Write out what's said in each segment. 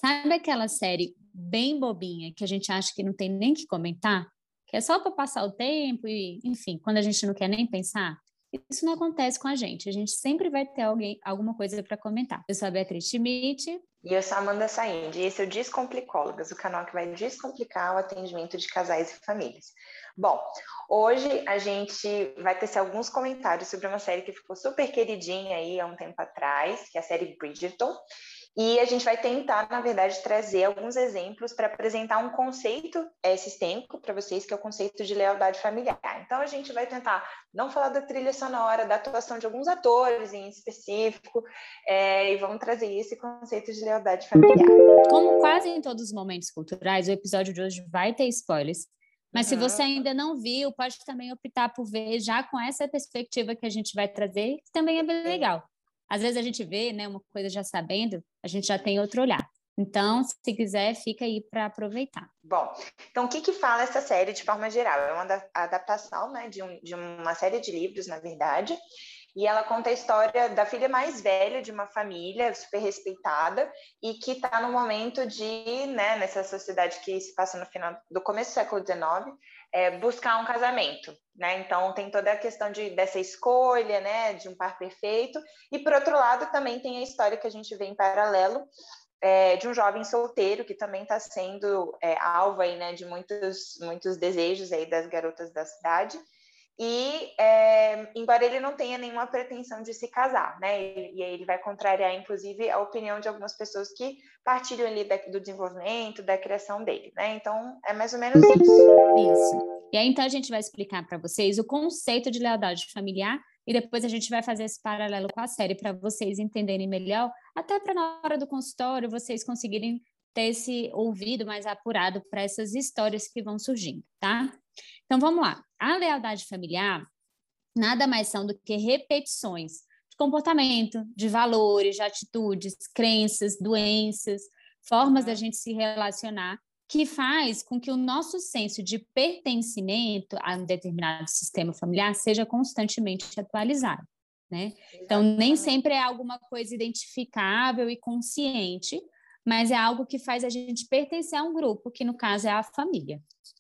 Sabe aquela série bem bobinha que a gente acha que não tem nem que comentar? Que é só para passar o tempo e, enfim, quando a gente não quer nem pensar? Isso não acontece com a gente. A gente sempre vai ter alguma coisa para comentar. Eu sou a Beatriz Schmidt. E eu sou a Amanda Said, e esse é o Descomplicólogas, o canal que vai descomplicar o atendimento de casais e famílias. Bom, hoje a gente vai tecer alguns comentários sobre uma série que ficou super queridinha aí há um tempo atrás, que é a série Bridgerton. E a gente vai tentar, na verdade, trazer alguns exemplos para apresentar um conceito sistêmico para vocês, que é o conceito de lealdade familiar. Então, a gente vai tentar não falar da trilha sonora, da atuação de alguns atores em específico, e vamos trazer esse conceito de lealdade familiar. Como quase em todos os momentos culturais, o episódio de hoje vai ter spoilers. Mas se você ainda não viu, pode também optar por ver já com essa perspectiva que a gente vai trazer, que também é bem legal. Às vezes a gente vê, né, uma coisa já sabendo, a gente já tem outro olhar. Então, se quiser, fica aí para aproveitar. Bom, então o que fala essa série de forma geral? É uma adaptação, né, de uma série de livros, na verdade, e ela conta a história da filha mais velha de uma família super respeitada e que está no momento de, né, nessa sociedade que se passa no final do começo do século XIX, buscar um casamento, né? Então tem toda a questão dessa escolha, né, de um par perfeito. E por outro lado também tem a história que a gente vê em paralelo de um jovem solteiro que também está sendo alvo aí, né, de muitos desejos aí das garotas da cidade. E, embora ele não tenha nenhuma pretensão de se casar, né? E aí ele vai contrariar, inclusive, a opinião de algumas pessoas que partilham ali do desenvolvimento, da criação dele, né? Então, é mais ou menos isso. Isso. E aí, então, a gente vai explicar para vocês o conceito de lealdade familiar e depois a gente vai fazer esse paralelo com a série para vocês entenderem melhor, até para na hora do consultório vocês conseguirem ter esse ouvido mais apurado para essas histórias que vão surgindo, tá? Então, vamos lá. A lealdade familiar nada mais são do que repetições de comportamento, de valores, de atitudes, crenças, doenças, formas da gente se relacionar, que faz com que o nosso senso de pertencimento a um determinado sistema familiar seja constantemente atualizado, né? Então, nem sempre é alguma coisa identificável e consciente, mas é algo que faz a gente pertencer a um grupo, que no caso é a família.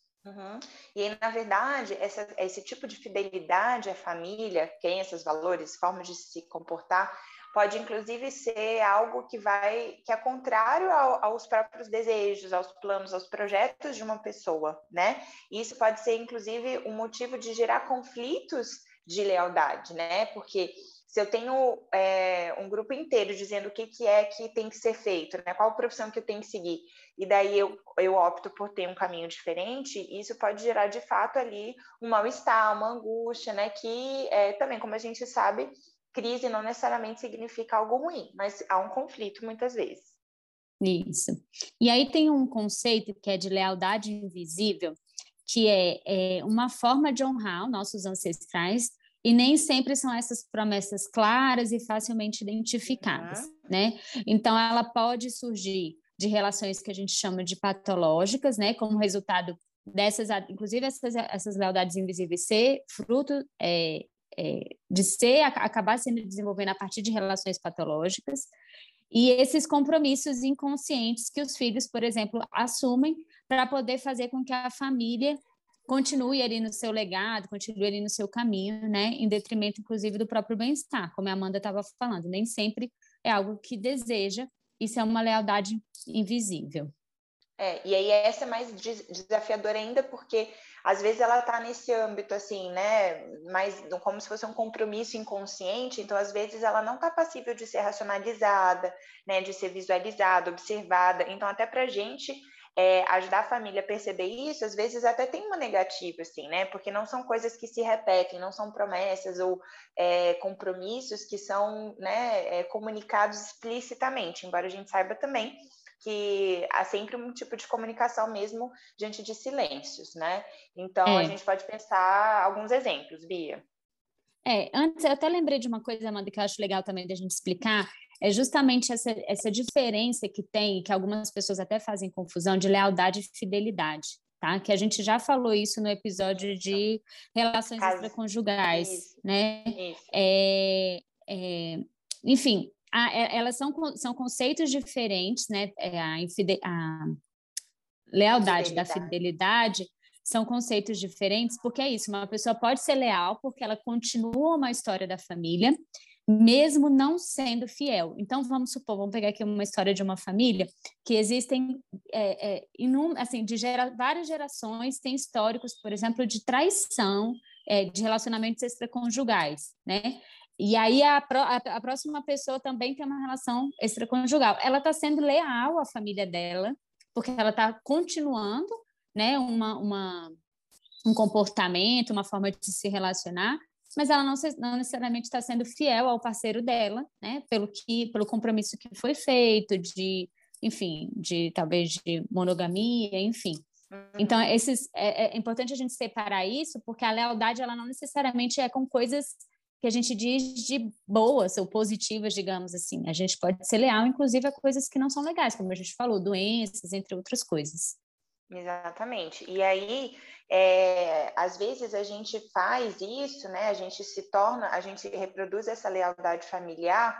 E aí, na verdade, esse tipo de fidelidade à família, crenças, valores, formas de se comportar, pode inclusive ser algo que é contrário aos próprios desejos, aos planos, aos projetos de uma pessoa, né? E isso pode ser, inclusive, um motivo de gerar conflitos de lealdade, né? Porque se eu tenho um grupo inteiro dizendo o que é que tem que ser feito, né? Qual profissão que eu tenho que seguir, e daí eu opto por ter um caminho diferente, isso pode gerar, de fato, ali um mal-estar, uma angústia, né? Que também, como a gente sabe, crise não necessariamente significa algo ruim, mas há um conflito muitas vezes. Isso. E aí tem um conceito que é de lealdade invisível, que é uma forma de honrar os nossos ancestrais, e nem sempre são essas promessas claras e facilmente identificadas, né? Então, ela pode surgir de relações que a gente chama de patológicas, né? Como resultado dessas, inclusive essas lealdades invisíveis ser fruto acabar sendo desenvolvendo a partir de relações patológicas, e esses compromissos inconscientes que os filhos, por exemplo, assumem para poder fazer com que a família continue ali no seu legado, continue ali no seu caminho, né, em detrimento, inclusive, do próprio bem-estar, como a Amanda estava falando. Nem sempre é algo que deseja, isso é uma lealdade invisível. E aí essa é mais desafiadora ainda, porque às vezes ela está nesse âmbito assim, né, mais como se fosse um compromisso inconsciente, então às vezes ela não está passível de ser racionalizada, né, de ser visualizada, observada, então até para a gente ajudar a família a perceber isso, às vezes até tem uma negativa, assim, né, porque não são coisas que se repetem, não são promessas ou compromissos que são, né, comunicados explicitamente, embora a gente saiba também que há sempre um tipo de comunicação mesmo diante de silêncios, né? Então, a gente pode pensar alguns exemplos, Bia. Antes, eu até lembrei de uma coisa, Amanda, que eu acho legal também da gente explicar, é justamente essa diferença que tem, que algumas pessoas até fazem confusão, de lealdade e fidelidade, tá? Que a gente já falou isso no episódio de relações extraconjugais, né? Isso. Enfim, elas são conceitos diferentes, né? A lealdade da fidelidade são conceitos diferentes, porque é isso, uma pessoa pode ser leal porque ela continua uma história da família, mesmo não sendo fiel. Então, vamos supor, vamos pegar aqui uma história de uma família que existem, assim, várias gerações têm históricos, por exemplo, de traição, de relacionamentos extraconjugais, né? E aí a próxima pessoa também tem uma relação extraconjugal. Ela está sendo leal à família dela, porque ela está continuando, né, um comportamento, uma forma de se relacionar, mas ela não necessariamente está sendo fiel ao parceiro dela, né, pelo compromisso que foi feito, enfim, talvez de monogamia, enfim. Então, é importante a gente separar isso, porque a lealdade ela não necessariamente é com coisas que a gente diz de boas ou positivas, digamos assim. A gente pode ser leal, inclusive, a coisas que não são legais, como a gente falou, doenças, entre outras coisas. Exatamente. E aí, às vezes a gente faz isso, né? A gente reproduz essa lealdade familiar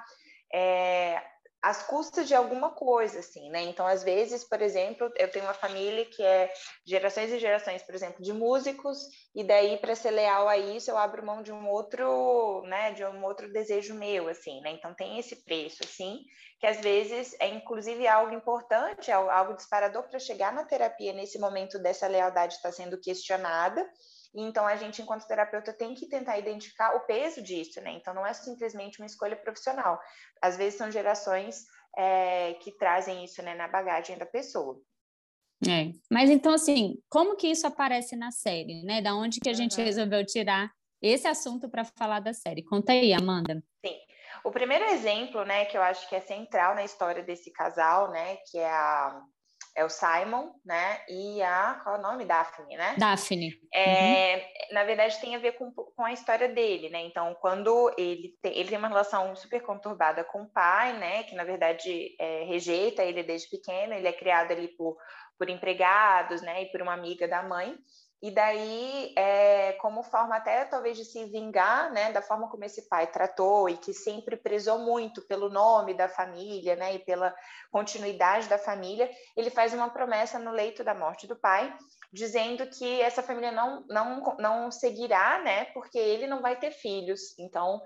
às custas de alguma coisa, assim, né? Então, às vezes, por exemplo, eu tenho uma família que é gerações e gerações, por exemplo, de músicos, e daí, para ser leal a isso, eu abro mão de um outro, né, de um outro desejo meu, assim, né? Então, tem esse preço, assim, que às vezes é, inclusive, algo importante, algo disparador para chegar na terapia nesse momento dessa lealdade está sendo questionada. Então, a gente, enquanto terapeuta, tem que tentar identificar o peso disso, né? Então, não é simplesmente uma escolha profissional. Às vezes, são gerações que trazem isso, né, na bagagem da pessoa. Mas, então, assim, como que isso aparece na série, né? Da onde que a gente resolveu tirar esse assunto para falar da série? Conta aí, Amanda. Sim. O primeiro exemplo, né, que eu acho que é central na história desse casal, né, que é o Simon, né, e qual é o nome? Daphne, né? Daphne. Na verdade, tem a ver com a história dele, né? Então, quando ele tem uma relação super conturbada com o pai, né, que na verdade rejeita ele desde pequeno, ele é criado ali por empregados, né, e por uma amiga da mãe. E daí, como forma até talvez de se vingar, né, da forma como esse pai tratou e que sempre prezou muito pelo nome da família, né, e pela continuidade da família, ele faz uma promessa no leito da morte do pai, dizendo que essa família não seguirá, né, porque ele não vai ter filhos. Então,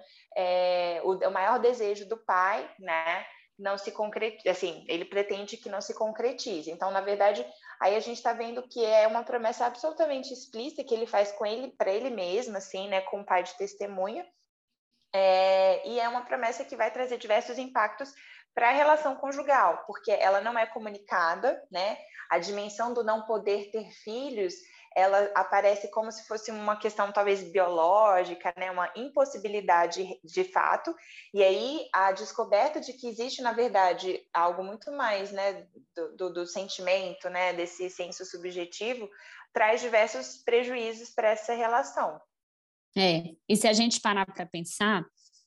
o maior desejo do pai, né, não se concretiza, assim, ele pretende que não se concretize. Então, na verdade, aí a gente está vendo que é uma promessa absolutamente explícita que ele faz com ele, para ele mesmo, assim, né, com o pai de testemunha, e é uma promessa que vai trazer diversos impactos para a relação conjugal, porque ela não é comunicada, né? A dimensão do não poder ter filhos, ela aparece como se fosse uma questão talvez biológica, né? Uma impossibilidade de fato, e aí a descoberta de que existe, na verdade, algo muito mais, né, do sentimento, né, desse senso subjetivo, traz diversos prejuízos para essa relação. E se a gente parar para pensar,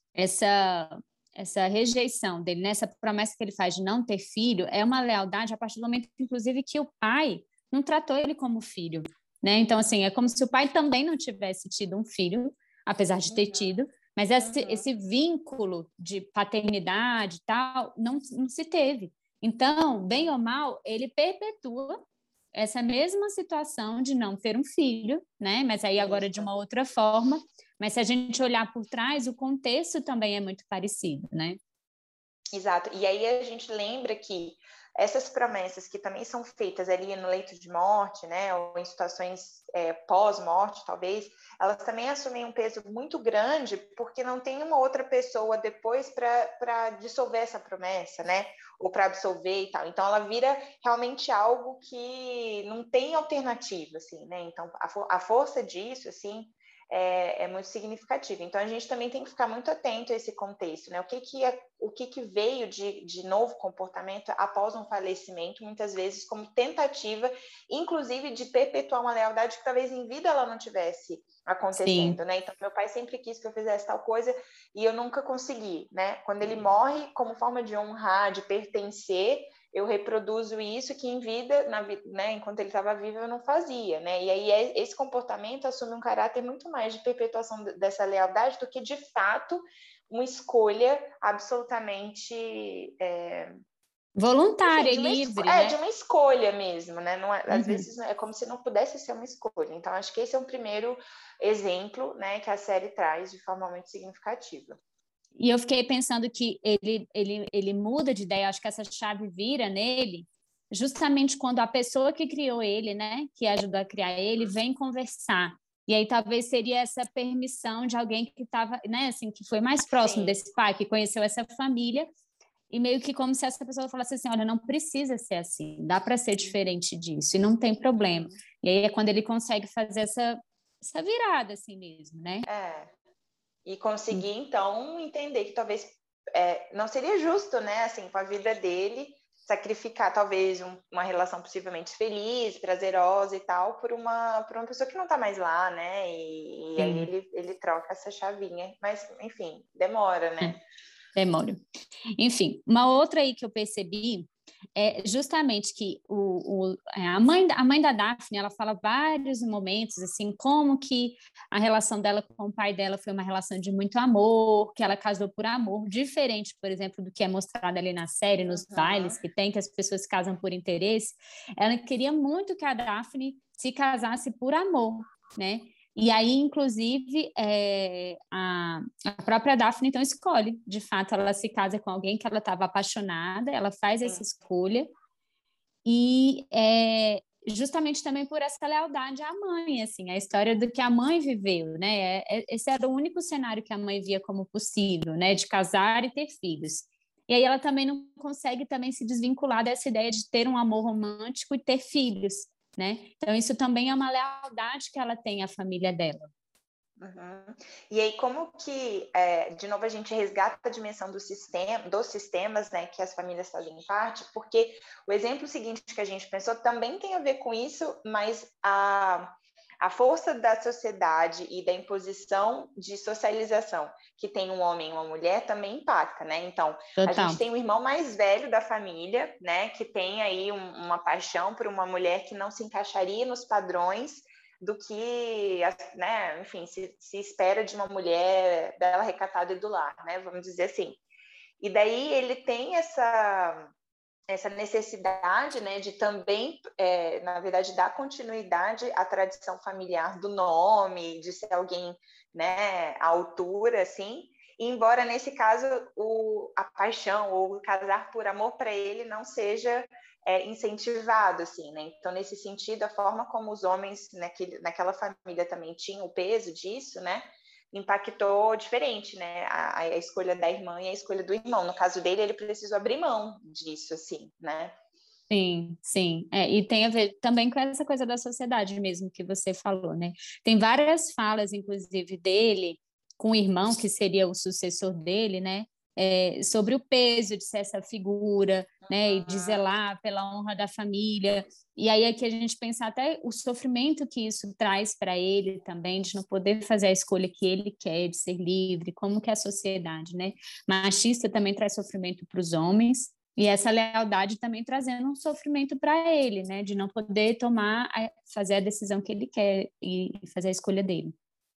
essa rejeição dele, nessa promessa que ele faz de não ter filho, é uma lealdade a partir do momento, inclusive, que o pai não tratou ele como filho, né? Então, assim, é como se o pai também não tivesse tido um filho, apesar de ter tido, mas esse vínculo de paternidade e tal, não se teve. Então, bem ou mal, ele perpetua essa mesma situação de não ter um filho, né? Mas aí agora de uma outra forma. Mas se a gente olhar por trás, o contexto também é muito parecido, né? Exato. E aí a gente lembra que essas promessas que também são feitas ali no leito de morte, né, ou em situações pós-morte, talvez, elas também assumem um peso muito grande porque não tem uma outra pessoa depois para dissolver essa promessa, né, ou para absolver e tal. Então, ela vira realmente algo que não tem alternativa, assim, né? Então, a força disso, assim, é muito significativa. Então, a gente também tem que ficar muito atento a esse contexto, né? O que veio de novo comportamento após um falecimento, muitas vezes como tentativa, inclusive, de perpetuar uma lealdade que talvez em vida ela não tivesse acontecendo, né? Então, meu pai sempre quis que eu fizesse tal coisa e eu nunca consegui, né? Quando ele morre, como forma de honrar, de pertencer, eu reproduzo isso que em vida, né, enquanto ele estava vivo, eu não fazia, né? E aí esse comportamento assume um caráter muito mais de perpetuação dessa lealdade do que, de fato, uma escolha absolutamente voluntária e livre, né? De uma escolha mesmo, né? Não é, às Uhum. vezes é como se não pudesse ser uma escolha. Então, acho que esse é um primeiro exemplo, né, que a série traz de forma muito significativa. E eu fiquei pensando que ele muda de ideia, acho que essa chave vira nele, justamente quando a pessoa que criou ele, né, que ajudou a criar ele, vem conversar. E aí talvez seria essa permissão de alguém que estava, né, assim, que foi mais próximo Sim. desse pai, que conheceu essa família, e meio que como se essa pessoa falasse assim, olha, não precisa ser assim, dá para ser diferente disso, e não tem problema. E aí é quando ele consegue fazer essa virada assim mesmo, né? E conseguir, então, entender que talvez não seria justo, né, assim, com a vida dele, sacrificar talvez uma relação possivelmente feliz, prazerosa e tal, por uma pessoa que não está mais lá, né, e aí ele troca essa chavinha, mas, enfim, demora, né? Demora. Enfim, uma outra aí que eu percebi é justamente que a mãe da Daphne, ela fala vários momentos, assim, como que a relação dela com o pai dela foi uma relação de muito amor, que ela casou por amor, diferente, por exemplo, do que é mostrado ali na série, nos bailes que tem, que as pessoas se casam por interesse. Ela queria muito que a Daphne se casasse por amor, né? E aí, inclusive, a própria Daphne, então, escolhe. De fato, ela se casa com alguém que ela estava apaixonada, ela faz essa escolha. E justamente também por essa lealdade à mãe, assim, a história do que a mãe viveu, né? Esse era o único cenário que a mãe via como possível, né? De casar e ter filhos. E aí ela também não consegue também se desvincular dessa ideia de ter um amor romântico e ter filhos, né? Então isso também é uma lealdade que ela tem à família dela. Uhum. E aí, como que, de novo, a gente resgata a dimensão dos sistemas, né, que as famílias fazem parte, porque o exemplo seguinte que a gente pensou também tem a ver com isso, mas a força da sociedade e da imposição de socialização que tem um homem e uma mulher também impacta, né? Então, a gente tem o irmão mais velho da família, né, que tem aí uma paixão por uma mulher que não se encaixaria nos padrões do que, né, enfim, se espera de uma mulher bela, recatada e do lar, né, vamos dizer assim. E daí ele tem essa necessidade, né, de também, na verdade, dar continuidade à tradição familiar do nome, de ser alguém, né, à altura, assim, e embora nesse caso a paixão ou o casar por amor para ele não seja incentivado, assim, né? Então, nesse sentido, a forma como os homens naquela família também tinham o peso disso, né? Impactou diferente, né? A escolha da irmã e a escolha do irmão. No caso dele, ele precisou abrir mão disso, assim, né? Sim, sim. E tem a ver também com essa coisa da sociedade mesmo que você falou, né? Tem várias falas, inclusive, dele com o irmão, que seria o sucessor dele, né? Sobre o peso de ser essa figura, né? E de zelar pela honra da família. E aí aqui a gente pensa até o sofrimento que isso traz para ele também, de não poder fazer a escolha que ele quer, de ser livre, como que é a sociedade, né? Machista também traz sofrimento para os homens, e essa lealdade também trazendo um sofrimento para ele, né? De não poder fazer a decisão que ele quer e fazer a escolha dele.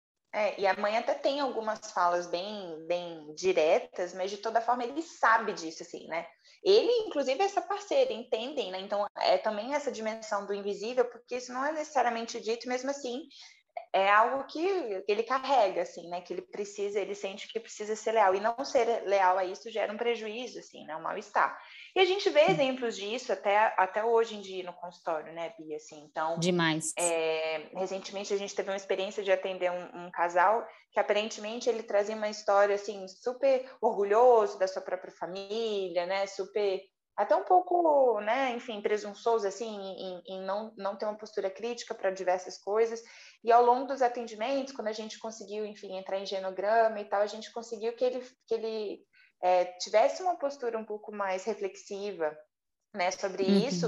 E a mãe até tem algumas falas bem, bem diretas, mas de toda forma ele sabe disso, assim, né? Ele, inclusive, essa parceira, entendem, né? Então, é também essa dimensão do invisível, porque isso não é necessariamente dito, mesmo assim, é algo que ele carrega, assim, né? Que ele sente que precisa ser leal. E não ser leal a isso gera um prejuízo, assim, né? Um mal-estar. E a gente vê exemplos disso até hoje em dia no consultório, né, Bia? Assim, então, Demais. recentemente a gente teve uma experiência de atender um casal que aparentemente ele trazia uma história, assim, super orgulhoso da sua própria família, né? Super até um pouco, né, enfim, presunçoso, assim, em não ter uma postura crítica para diversas coisas. E ao longo dos atendimentos, quando a gente conseguiu, enfim, entrar em genograma e tal, a gente conseguiu que ele tivesse uma postura um pouco mais reflexiva, né, sobre isso,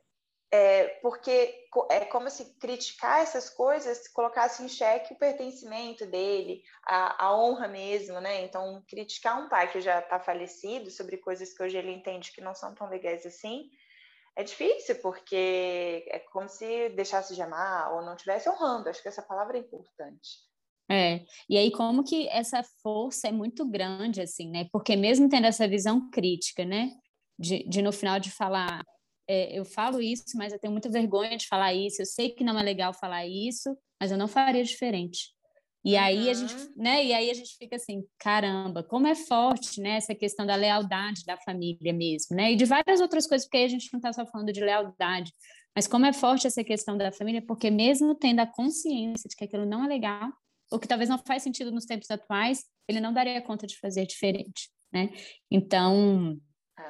porque é como se criticar essas coisas colocasse em xeque o pertencimento dele, a honra mesmo, né? Então, criticar um pai que já está falecido sobre coisas que hoje ele entende que não são tão legais assim, é difícil, porque é como se deixasse de amar ou não estivesse honrando. Acho que essa palavra é importante. E aí como que essa força é muito grande, assim, né? Porque mesmo tendo essa visão crítica, né? De no final de falar, eu falo isso, mas eu tenho muita vergonha de falar isso, eu sei que não é legal falar isso, mas eu não faria diferente. E aí a gente, Uhum. né? E aí a gente fica assim, caramba, como é forte, né? Essa questão da lealdade da família mesmo, né? E de várias outras coisas, porque aí a gente não está só falando de lealdade, mas como é forte essa questão da família, porque mesmo tendo a consciência de que aquilo não é legal, ou que talvez não faz sentido nos tempos atuais, ele não daria conta de fazer diferente, né? Então,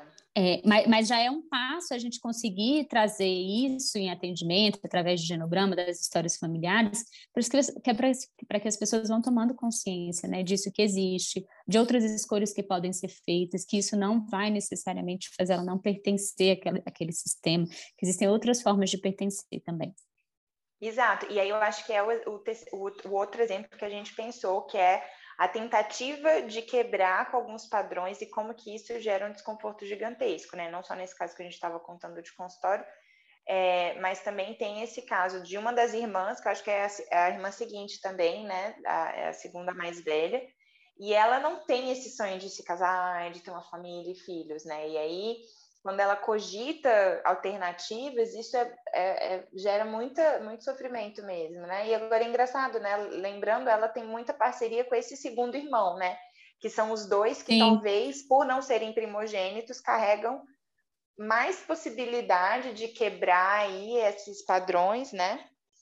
mas já é um passo a gente conseguir trazer isso em atendimento, através de genograma, das histórias familiares, para que as pessoas vão tomando consciência, né, disso que existe, de outras escolhas que podem ser feitas, que isso não vai necessariamente fazer ela não pertencer àquele sistema, que existem outras formas de pertencer também. Exato, e aí eu acho que é o outro exemplo que a gente pensou, que é a tentativa de quebrar com alguns padrões e como que isso gera um desconforto gigantesco, né? Não só nesse caso que a gente estava contando de consultório, mas também tem esse caso de uma das irmãs, que eu acho que é a irmã seguinte também, né? É a segunda mais velha, e ela não tem esse sonho de se casar, de ter uma família e filhos, né? E aí quando ela cogita alternativas, isso gera muito sofrimento mesmo, né? E agora é engraçado, né? Lembrando, ela tem muita parceria com esse segundo irmão, né? Que são os dois que Sim. talvez, por não serem primogênitos, carregam mais possibilidade de quebrar aí esses padrões, né?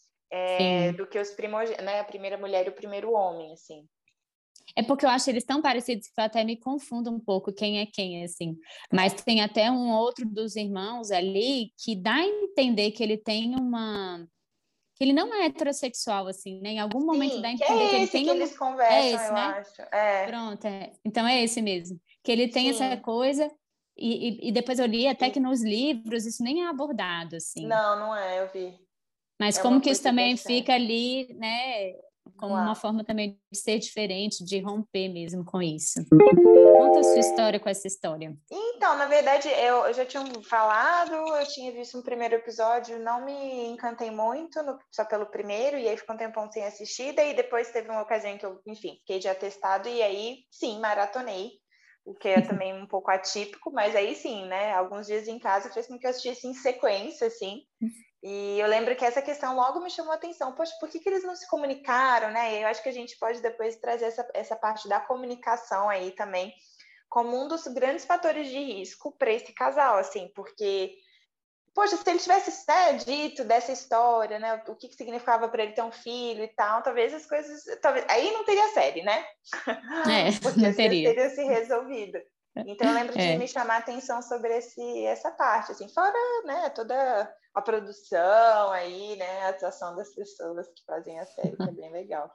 Do que os primogênitos, né? A primeira mulher e o primeiro homem, assim. É porque eu acho eles tão parecidos que eu até me confundo um pouco quem é quem, assim. Mas tem até um outro dos irmãos ali que dá a entender que ele tem uma... que ele não é heterossexual, assim, né? Em algum momento dá Sim, a que entender que é ele esse tem que uma... eles É conversam, esse, eu né? acho. Pronto, é. Então é esse mesmo. Que ele tem essa Sim. coisa... E depois eu li até que nos livros isso nem é abordado, assim. Não, não é, eu vi. Mas É como uma que isso coisa que também acho que é fica ali, né? no Como uma ar. forma também de ser diferente, de romper mesmo com isso. Conta a sua história com essa história. Então, na verdade, eu já tinha falado, eu tinha visto um primeiro episódio, não me encantei muito, só pelo primeiro, e aí ficou um tempão sem assistir, daí depois teve uma ocasião que eu, enfim, fiquei de atestado, e aí, sim, maratonei, o que é também um pouco atípico, mas aí sim, né, alguns dias em casa fez com que eu assistisse em sequência, assim, e eu lembro que essa questão logo me chamou a atenção. Poxa, por que eles não se comunicaram, né? E eu acho que a gente pode depois trazer essa parte da comunicação aí também como um dos grandes fatores de risco para esse casal, assim, porque, poxa, se ele tivesse, né, dito dessa história, né, o que significava para ele ter um filho e tal, talvez as coisas, aí não teria série, né? Porque Não as coisas teria. teriam se resolvido. Então, eu lembro de me É. chamar a atenção sobre essa parte, assim, fora, né, toda a produção aí, né, a atuação das pessoas que fazem a série, que é bem legal.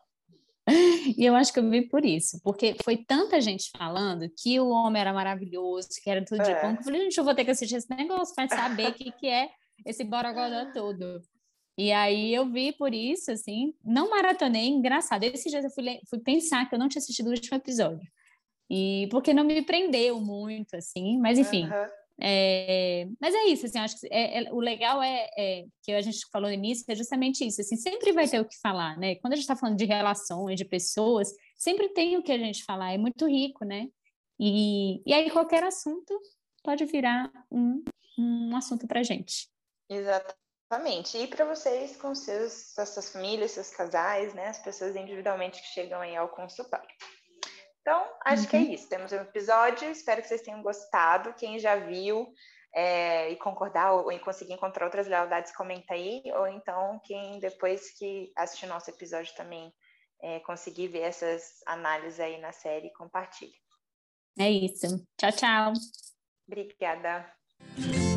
E eu acho que eu vi por isso, porque foi tanta gente falando que o homem era maravilhoso, que era tudo de bom, que eu falei, gente, eu vou ter que assistir esse negócio para saber o que é esse borogodó todo. E aí eu vi por isso, assim, não maratonei, engraçado. Esses dias eu fui pensar que eu não tinha assistido o último episódio. E porque não me prendeu muito, assim, mas enfim. Uhum. Mas é isso, assim, acho que o legal que a gente falou no início é justamente isso, assim, sempre vai ter o que falar, né? Quando a gente está falando de relações, de pessoas, sempre tem o que a gente falar, é muito rico, né? E aí qualquer assunto pode virar um assunto para gente. Exatamente. E para vocês, com suas famílias, seus casais, né? As pessoas individualmente que chegam aí ao consultório. Então, acho que é Uhum. isso. Temos um episódio, espero que vocês tenham gostado. Quem já viu e concordar ou conseguir encontrar outras lealdades, comenta aí. Ou então, quem depois que assistir o nosso episódio também conseguir ver essas análises aí na série, compartilhe. É isso. Tchau, tchau. Obrigada.